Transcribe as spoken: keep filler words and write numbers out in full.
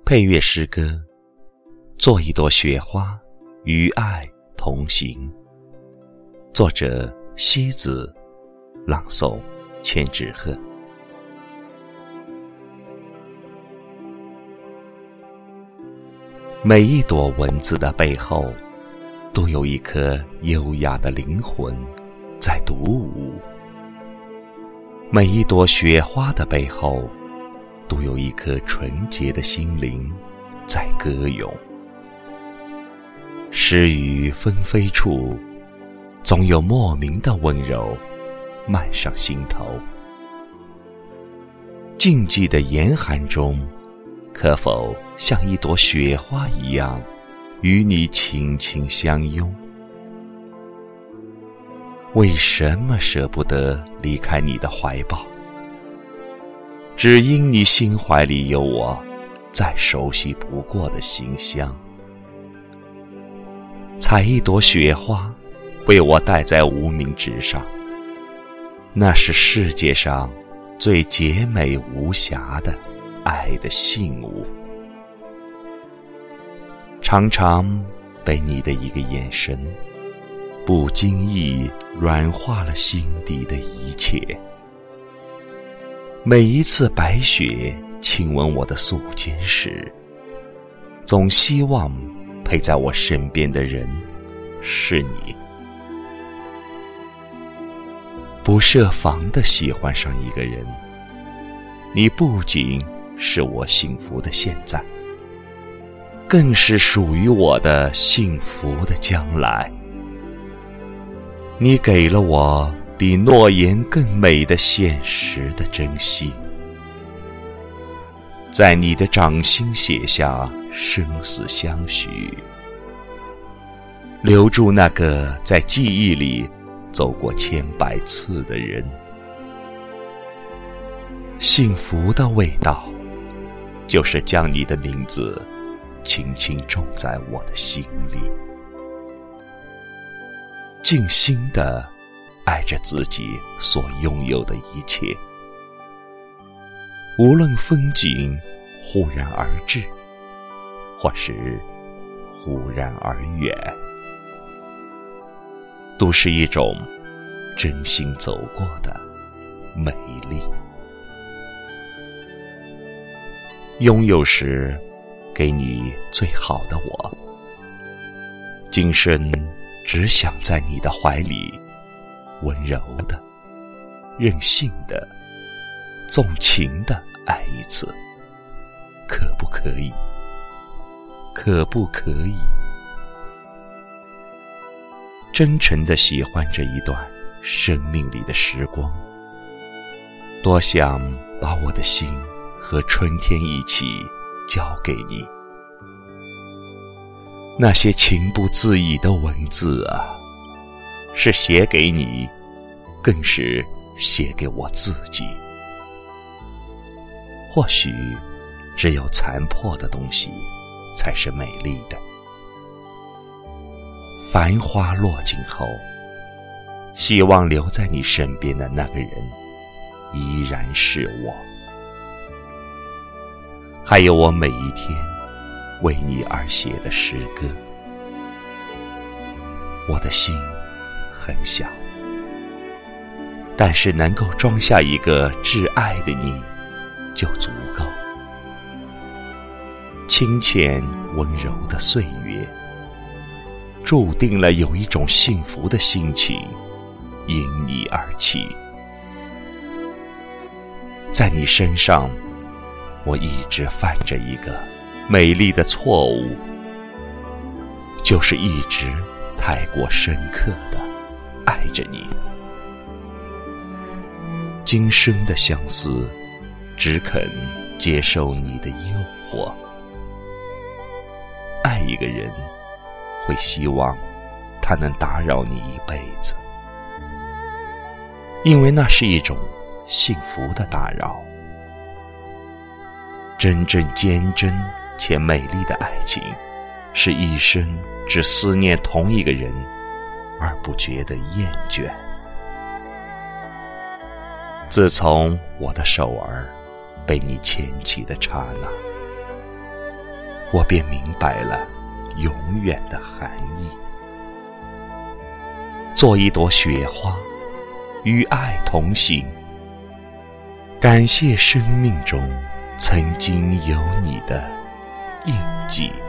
配乐诗歌，做一朵雪花，与爱同行。作者西子，朗诵千纸鹤。每一朵文字的背后，都有一颗优雅的灵魂在独舞；每一朵雪花的背后，都有一颗纯洁的心灵在歌咏。诗与纷飞处，总有莫名的温柔漫上心头。静寂的严寒中，可否像一朵雪花一样，与你轻轻相拥？为什么舍不得离开你的怀抱？只因你心怀里有我再熟悉不过的馨香。采一朵雪花，为我戴在无名指上，那是世界上最洁美无瑕的爱的信物。常常被你的一个眼神，不经意软化了心底的一切。每一次白雪亲吻我的素肩时，总希望陪在我身边的人是你。不设防地喜欢上一个人，你不仅是我幸福的现在，更是属于我的幸福的将来。你给了我比诺言更美的现实的珍惜，在你的掌心写下生死相许，留住那个在记忆里走过千百次的人。幸福的味道，就是将你的名字轻轻种在我的心里，静心地爱着自己所拥有的一切。无论风景忽然而至，或是忽然而远，都是一种真心走过的美丽。拥有时给你最好的我，今生只想在你的怀里温柔的、任性的、纵情的爱一次，可不可以？可不可以？真诚地喜欢这一段生命里的时光，多想把我的心和春天一起交给你。那些情不自已的文字啊，是写给你，更是写给我自己。或许只有残破的东西才是美丽的。繁花落尽后，希望留在你身边的那个人依然是我。还有我每一天为你而写的诗歌。我的心很小，但是能够装下一个挚爱的你就足够。清浅温柔的岁月，注定了有一种幸福的心情因你而起。在你身上，我一直犯着一个美丽的错误，就是一直太过深刻地爱着你。今生的相思，只肯接受你的诱惑。爱一个人，会希望他能打扰你一辈子，因为那是一种幸福的打扰。真正坚贞且美丽的爱情，是一生只思念同一个人，而不觉得厌倦。自从我的手儿被你牵起的刹那， 我便明白了永远的含义。做一朵雪花，与爱同行。感谢生命中曾经有你的印记。